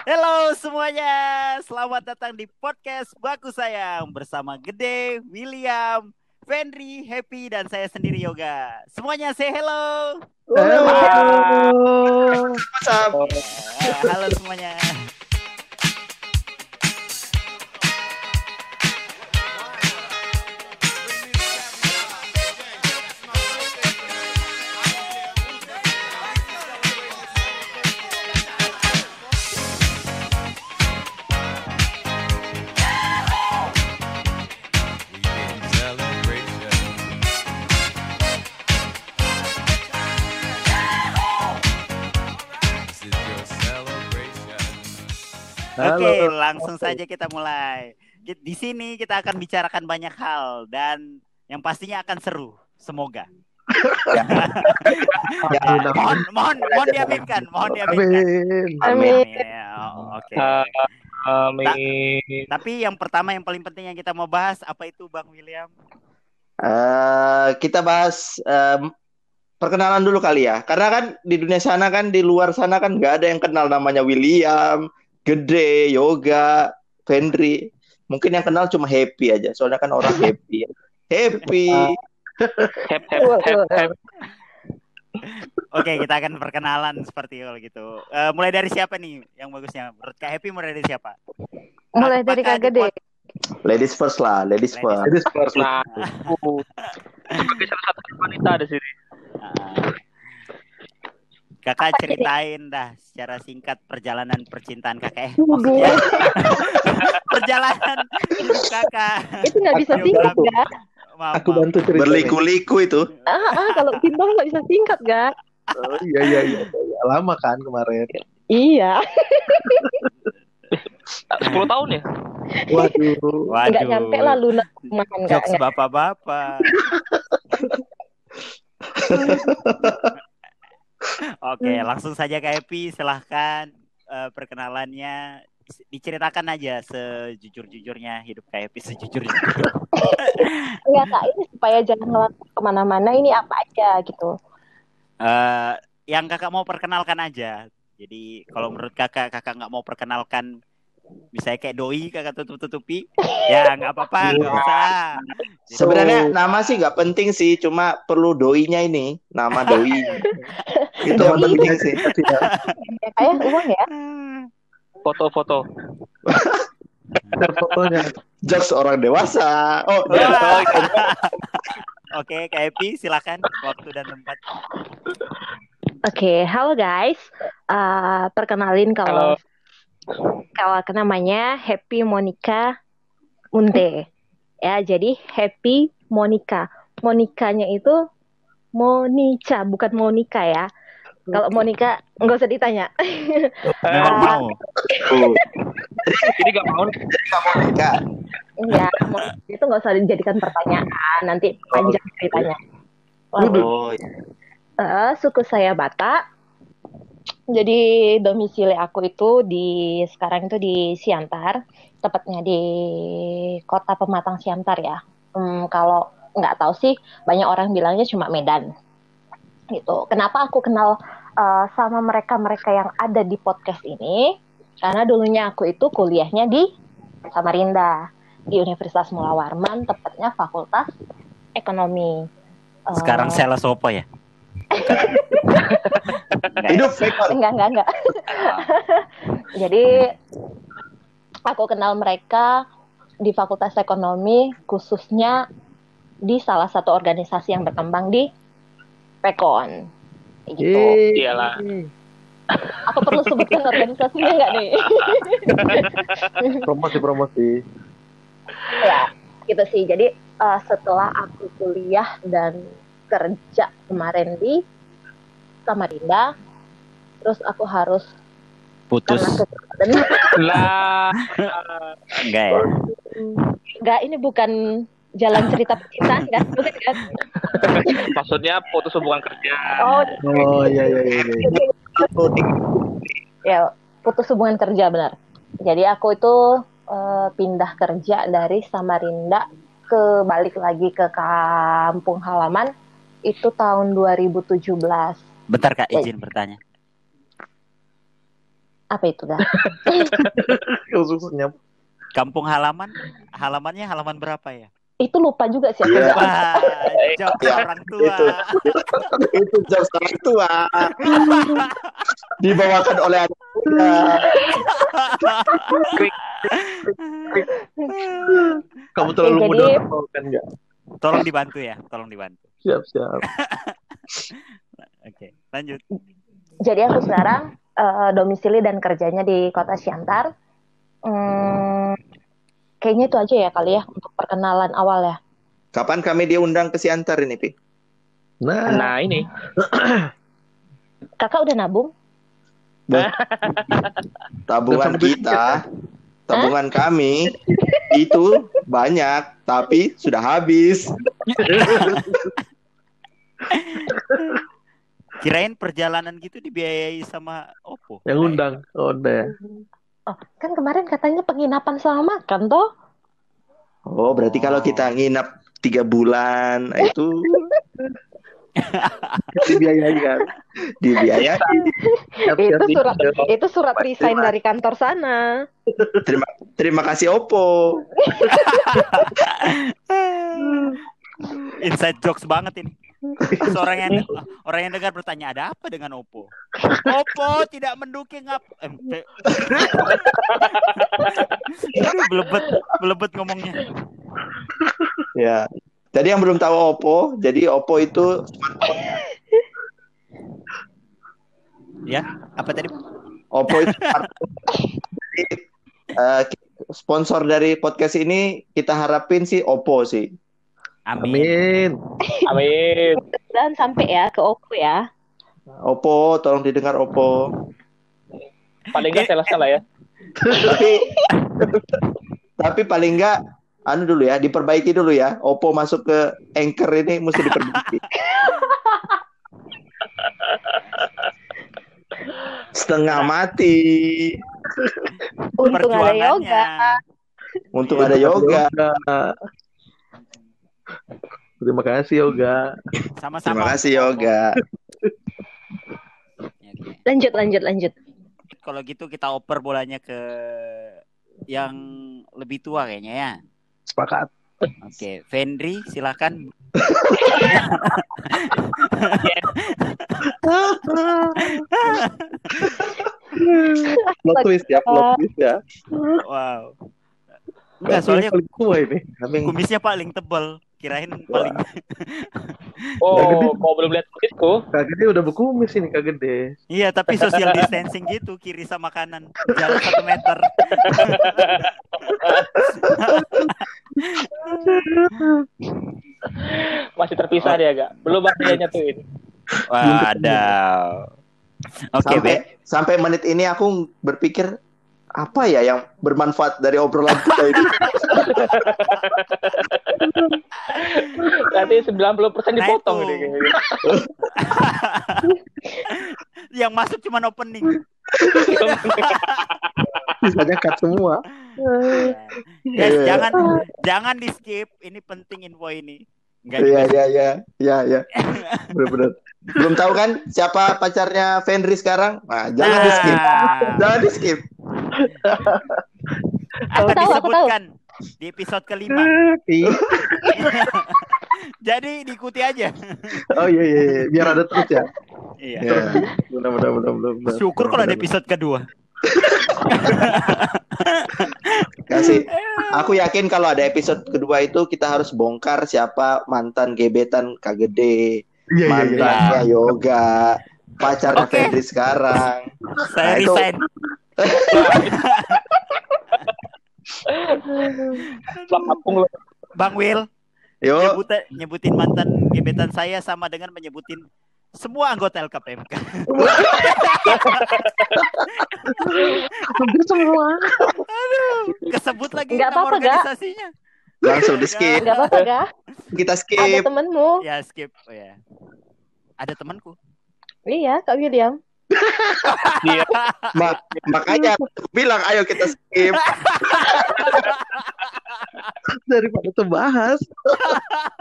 Halo semuanya, selamat datang di podcast Baku Sayang bersama Gede, William, Fendri, Happy, dan saya sendiri Yoga. Semuanya say hello. Halo. WhatsApp. Ya, halo semuanya. Oke, Halo. langsung saja kita mulai. Di sini kita akan bicarakan banyak hal dan yang pastinya akan seru. Semoga. Mohon diaminkan, mohon diaminkan. Amin. Ya, oke. Amin. Tapi yang pertama yang paling penting yang kita mau bahas apa itu Bang William? Kita bahas perkenalan dulu kali ya. Karena kan di dunia sana kan, di luar sana kan nggak ada yang kenal namanya William, Gede, Yoga, Fendri. Mungkin yang kenal cuma Happy aja. Soalnya kan orang happy. Happy. Hep. Oke, kita akan perkenalan seperti kalau gitu. Mulai dari siapa nih yang bagusnya? Menurut Kak Happy mulai dari siapa? Mulai dari Kak Gede. Ladies first lah, ladies first. Ladies first lah. Sebagai salah satu wanita di sini. Kakak ceritain dah secara singkat perjalanan percintaan kakak. Maksudnya perjalanan hidup kakak. Itu nggak bisa singkat, Gak? Aku bantu cerita. Berliku-liku itu. Kalau cinta nggak bisa singkat, Gak? Oh iya. Lama kan kemarin. Iya. 10 tahun ya? Waduh. Nggak nyampe lah lunak makan nggak. Jokes bapak-bapak. Oke, langsung saja Kak Happy, silahkan perkenalannya diceritakan aja sejujur-jujurnya hidup Kak Happy sejujur-jujurnya. Enggak, Kak, ini supaya jangan ngelakuk kemana-mana. Ini apa aja gitu. Yang kakak mau perkenalkan aja. Jadi kalau menurut kakak nggak mau perkenalkan, misalnya kayak doi kakak tutup-tutupi, ya nggak apa-apa, nggak usah. Sebenarnya nama sih nggak penting sih, cuma perlu doinya ini, nama doi. Itu yang penting sih. Ya, kayak uang ya. Foto-foto. Fotonya. Jokes orang dewasa. Oh, Oke, Kak Happy, silakan waktu dan tempat. Oke, halo guys. Perkenalin kalau namanya Happy Monica Munte. Ya, jadi Happy Monica. Monikanya itu Monica, bukan Monica ya. Kalau Monica nggak usah ditanya. Memang mau. Jadi gak mau. Kak. Enggak, itu nggak usah dijadikan pertanyaan. Nanti panjang ceritanya. Oh, Suku saya Batak. Jadi domisili aku itu sekarang itu di Siantar, tepatnya di Kota Pematang Siantar ya. Kalau nggak tahu sih, banyak orang bilangnya cuma Medan. Gitu. Kenapa aku kenal sama mereka yang ada di podcast ini? Karena dulunya aku itu kuliahnya di Samarinda, di Universitas Mula Warman, tepatnya Fakultas Ekonomi. Sekarang sales opo ya? hidup fake. Enggak. Jadi aku kenal mereka di Fakultas Ekonomi, khususnya di salah satu organisasi yang berkembang di Pekon. Gitu. Iyalah. Aku perlu sebutkan organisasinya nggak nih? Promosi. Ya, gitu sih. Jadi setelah aku kuliah dan kerja kemarin di Samarinda, terus aku harus Putus. Lah. Enggak ya? Enggak, ini bukan jalan cerita percintaan kan? Bukan kan? Maksudnya putus hubungan kerja. Oh iya. Ya, putus hubungan kerja benar. Jadi aku itu pindah kerja dari Samarinda balik lagi ke kampung halaman itu tahun 2017. Bentar Kak, izin bertanya. Apa itu gak? Khususnya. Kampung halamannya halaman berapa ya? Itu lupa juga sih aku. Iya. Gak. Wah, jokes Ya, orang tua. Itu jokes orang tua. Dibawakan oleh anak muda. Kamu terlalu Oke, mudah jadi- kan enggak? Tolong dibantu ya, tolong dibantu. Siap. Oke, lanjut. Jadi aku sekarang domisili dan kerjanya di kota Siantar. Kayaknya itu aja ya kali ya untuk perkenalan awal ya. Kapan kami diundang ke Siantar ini, Pi? Nah, ini. Kakak udah nabung? Tabungan kita, tabungan kami itu banyak, tapi sudah habis. Kirain perjalanan gitu dibiayai sama Oppo. Yang undang. Oh, udah. Oh, kan kemarin katanya penginapan sama makan toh? Oh, berarti kalau kita nginap 3 bulan, itu Dibiayai kan. dibiayai. Itu surat resign dari kantor sana. Terima kasih Oppo. Inside jokes banget ini. Pas orang yang dengar bertanya, ada apa dengan Oppo? Oppo tidak mendukung Aduh, belebet ngomongnya. Ya. Tadi yang belum tahu Oppo, jadi Oppo itu Ya, apa tadi? Oppo itu jadi, sponsor dari podcast ini kita harapin sih Oppo sih. Amin. Amin. Dan sampai ya ke Oppo ya. Oppo, tolong didengar Oppo. Paling nggak salah ya. Tapi paling enggak dulu ya, diperbaiki dulu ya. Oppo masuk ke Anchor ini mesti diperbaiki. Setengah mati. Untung ada yoga. Untung ada yoga. Terima kasih Yoga. Sama-sama. Terima kasih yoga. Oke. Lanjut. Kalau gitu kita oper bolanya ke yang lebih tua kayaknya ya. Sepakat. Oke, Fendri silakan. Plot twist ya. Wow. Enggak, soalnya paling tua ini. kumisnya paling tebal. Kirain paling. Oh, kau belum lihat kumisku? Kak Gede udah berkumis ini Kak Gede. Iya, tapi social distancing gitu, kiri sama kanan. Jarak 1 meter. Masih terpisah dia agak. Belum dia nyatuin. Waduh. Oke, Sampai menit ini aku berpikir apa ya yang bermanfaat dari obrolan kita ini. Nanti 90% dipotong Nah, ini itu. kayaknya. Yang masuk cuma opening. Sisanya cut semua. Guys, Iya. jangan di skip. Ini penting info ini. Enggak Iya. Benar. Belum tahu kan siapa pacarnya Fendri sekarang? Nah, jangan di skip. Jangan di skip. Akan Aku tahu. disebutkan di episode kelima. Jadi diikuti aja. Oh iya. Biar ada terus ya. Iya. Ya. Benar. Syukur kalau ada episode kedua. Kasih. Aku yakin kalau ada episode kedua itu kita harus bongkar siapa mantan gebetan Kak Gede, Iya. mantannya Yoga, pacarnya Oke. Fendri sekarang. Saya Nah, itu- resign. Kampung lo. Bang Will, Yuk, nyebutin mantan gebetan saya sama dengan menyebutin semua anggota LKPMK. Hampir semua. Kesebut lagi Nggak nama apa-apa, Gak? organisasinya. langsung di skip. Gak apa-apa Gak? Kita Ada skip. temenmu. Ya skip. Oh, ya. Ada temanku. Iya Kak William. Iya. Makanya aku bilang ayo kita skip. Daripada terbahas.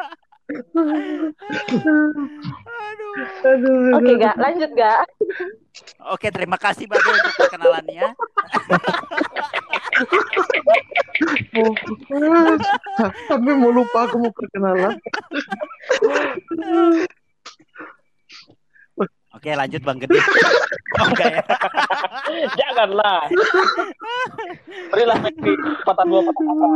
Aduh. Oke Gak, lanjut Gak. Oke, terima kasih Bade untuk perkenalannya. Sampai mau lupa aku mau perkenalan. Oke, lanjut Bang Gede. Oh, enggak ya? Janganlah. Berilah Fendri kesempatan 2 kata.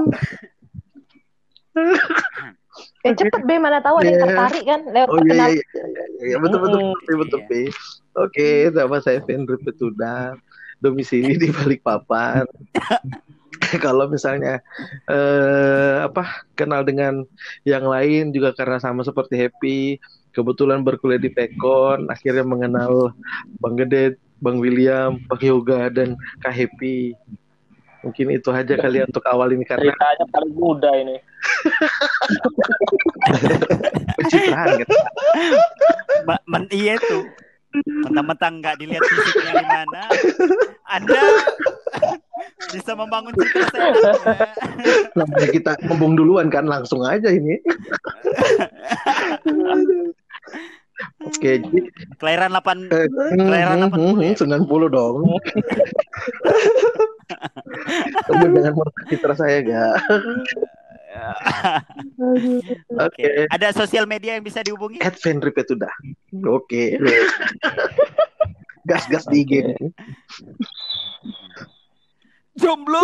Cepet Be, mana tahu ada yang tertarik kan lewat Oh perkenalan. iya, betul. Be. Oke, nama saya Fendri Petuda, domisili di Balikpapan. Kalau misalnya kenal dengan yang lain juga karena sama seperti Happy, kebetulan berkuliah di Pekon, akhirnya mengenal Bang Gede, Bang William, Bang Yoga dan Kak Happy. Mungkin itu aja kali untuk awal ini karena Ceritanya paling muda ini. pencitraan gitu. Iya tuh. Mentang-mentang nggak dilihat fisiknya di mana, Anda bisa membangun citra saya. Namanya kita ngomong duluan kan, langsung aja ini. Oke, jadi Kelahiran 80 ya? 90 dong. Kamu jangan merusak citra saya, gak? Oke. Ada sosial media yang bisa dihubungi? @Fendri Petuda. Oke. Gas di IG. Jomblo.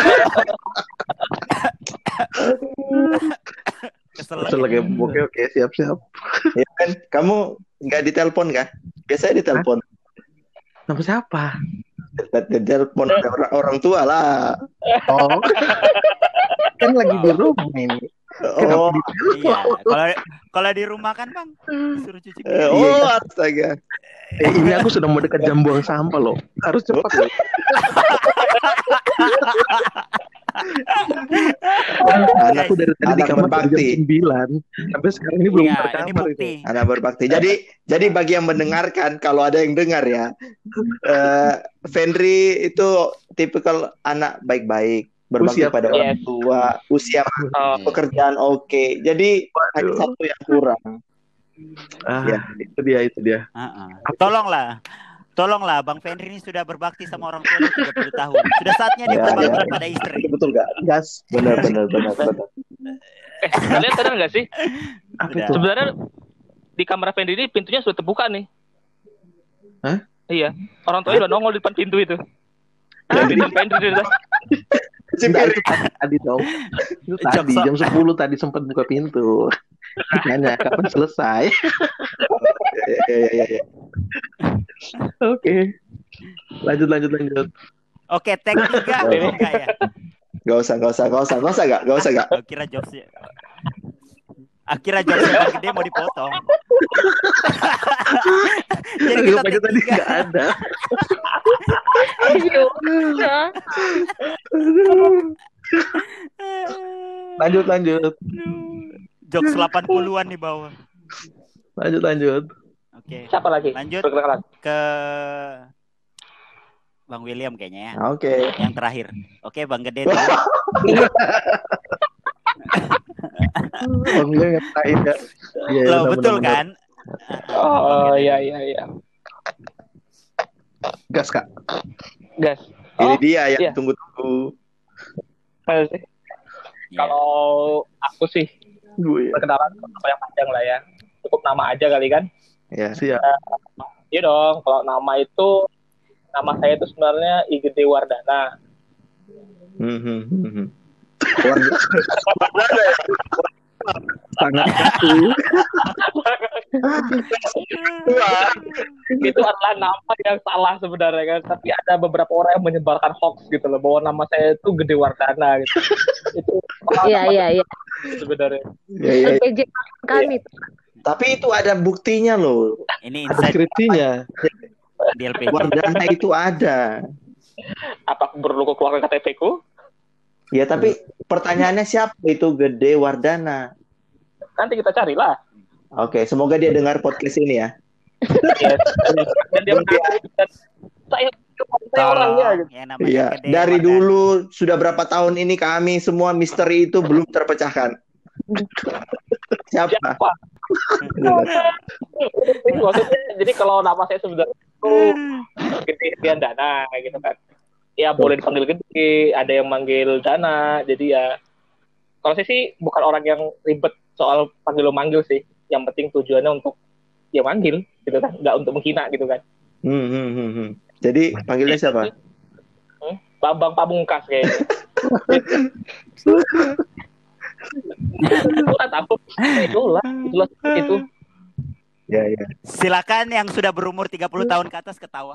Kesel lagi. Oke, siap. Ya kan, kamu nggak ditelepon kan? Biasanya ditelepon. Nama siapa? Ditelepon orang tua lah. Oh. Kan lagi di rumah ini. Oh, iya. Kalau di rumah kan Bang, suruh cuci piring. oh astaga. Ini aku sudah mau dekat jam buang sampah loh. Harus cepat loh. Anakku dari tadi di kamar jam 9 sampai sekarang ini belum Iya, terkamar ini bukti. ini. Anak berbakti. Jadi bagi yang mendengarkan, kalau ada yang dengar ya, Fendri itu tipikal anak baik-baik, berbakti Usia pada orang tua, usia pekerjaan oke. Jadi hanya satu yang kurang. Ya, itu dia. Tolonglah Bang Fendri ini sudah berbakti sama orang tua 30 tahun. Sudah saatnya dia berbakti pada istri. Betul gak? Gas. Benar. Kalian sadar nggak sih? Apa itu? Sebenarnya di kamar Fendri ini pintunya sudah terbuka nih. Hah? Iya. Orang tuanya udah nongol di depan pintu itu. Pintu Fendri itu. Enggak, itu tadi dong. Itu tadi jam 10 tadi sempat buka pintu. Tanya kapan selesai. Ya. Oke. Lanjut. Oke, tag 3 enggak ya? Gak usah gak. Akhirnya jokesnya Bang Gede mau dipotong. Jadi kita Rupanya tadi nggak ada. Lanjut. Jokes 80-an di bawah. Lanjut. Oke. Siapa lagi? Lanjut Perkenalan. ke Bang William kayaknya ya. Oke. Yang terakhir. Oke, Bang Gede dulu. Bang William yang terakhir ya. Iya, Loh, betul kan? Oh, iya. Gas, Kak. Gas. Ini dia yang iya. tunggu-tunggu. Sih. Kalau aku sih Gue ya. perkenalan apa yang panjang lah ya. Cukup nama aja kali kan. Ya. Siap. Iya dong, kalau nama saya itu sebenarnya Igede Wardana. Sangat jatuh. Itu adalah nama yang salah sebenarnya kan, tapi ada beberapa orang yang menyebarkan hoax gitu loh bahwa nama saya itu Gede Wardana gitu. Itu Iya. sebenarnya. Ya. LPG kami. Tapi itu ada buktinya loh. Ini Ada insight skripsinya. di LPG. Wardana itu ada. Apa aku perlu keluarkan KTP ku? Ya tapi pertanyaannya siapa itu Gede Wardana? Nanti kita carilah. Oke, semoga dia dengar podcast ini ya. Yes. Dan dia mengaku dan saya orangnya gitu. Ya, namanya Iya, Gede dari Wardana. dulu sudah berapa tahun ini kami semua misteri itu belum terpecahkan. Siapa? Siapa? Maksudnya, jadi kalau nama saya sebenarnya tuh gede sekian Dana gitu kan. Ya boleh dipanggil gede, ada yang manggil Dana. Jadi ya kalau saya sih bukan orang yang ribet soal panggil sih. Yang penting tujuannya untuk ya manggil gitu kan, nggak untuk menghina gitu kan. Jadi panggilnya siapa? Bambang Pamungkas kayaknya. Itulah tahu. Itulah itu. Ya. Silakan yang sudah berumur 30 tahun ke atas ketawa.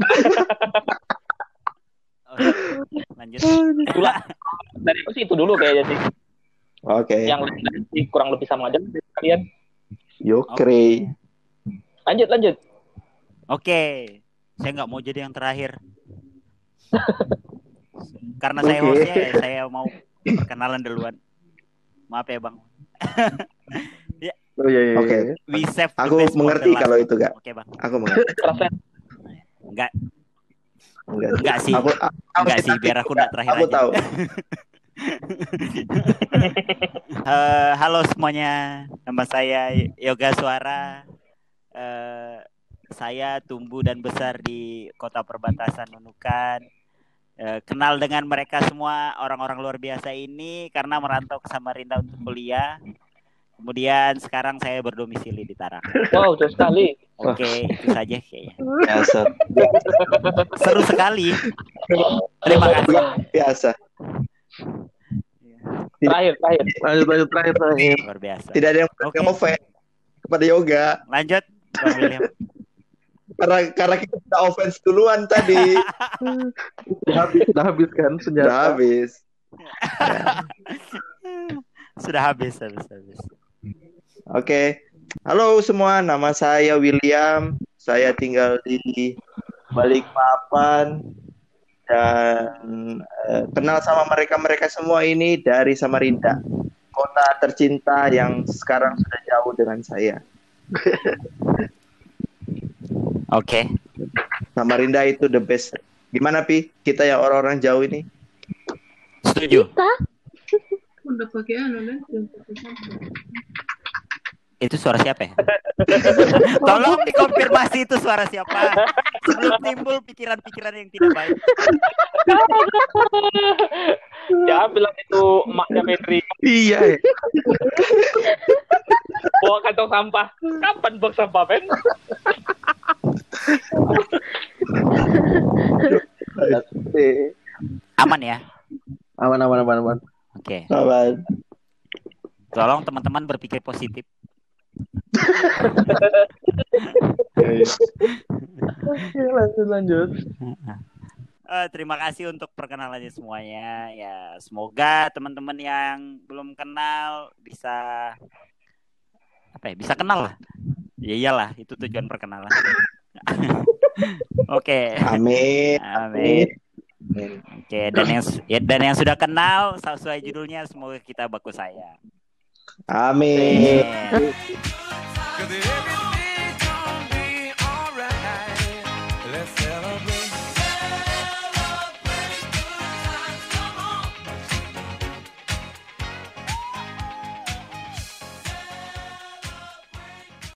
Lanjut. Itulah. Dari aku sih itu dulu kayaknya sih. Oke. Yang lain kurang lebih sama aja dari kalian. Yokre. Lanjut. Oke. Saya nggak mau jadi yang terakhir. Karena saya hostnya, ya saya mau perkenalan duluan. Maaf ya Bang. Ya. Oh iya. Oke. We save the Aku best for mengerti the last. kalau itu Gak. Oke Bang. Aku mengerti. Enggak sih. Aku Enggak sih, biar aku enggak terakhir aku aja. tahu. Halo semuanya. Nama saya Yoga Suara. Saya tumbuh dan besar di kota perbatasan Nunukan. Kenal dengan mereka semua orang-orang luar biasa ini karena merantau ke Samarinda untuk kuliah. Kemudian sekarang saya berdomisili di Tarakan. Wow, jauh sekali. Oke, itu saja kayaknya. Biasa. Seru sekali. Terima kasih. Biasa. Terakhir. Lanjut terakhir. Luar biasa. Tidak ada yang Oke. offense kepada Yoga. Lanjut, Bang William. Karena kita sudah offense duluan tadi. Sudah habis kan senjata. Sudah habis. Sudah habis. Oke. Halo semua, nama saya William. Saya tinggal di Balikpapan dan kenal sama mereka semua ini dari Samarinda, kota tercinta yang sekarang sudah jauh dengan saya. Oke. Samarinda itu the best. Gimana Pi? Kita yang orang-orang jauh ini? Setuju. Udah pakai kan? Itu suara siapa ya? Tolong dikonfirmasi itu suara siapa sebelum timbul pikiran-pikiran yang tidak baik. Ya bilang itu emaknya Pedri. Iya. Bawa kantong sampah. Kapan buang sampah, Ben? Aman ya? Aman. Oke. Aman. Tolong teman-teman berpikir positif. Lanjut. Terima kasih untuk perkenalannya semuanya. Ya, semoga teman-teman yang belum kenal bisa bisa kenal lah. Ya iyalah, itu tujuan perkenalan. Oke. Amin. Oke, dan yang sudah kenal sesuai judulnya, semoga kita baku sayang. Amin. Amin.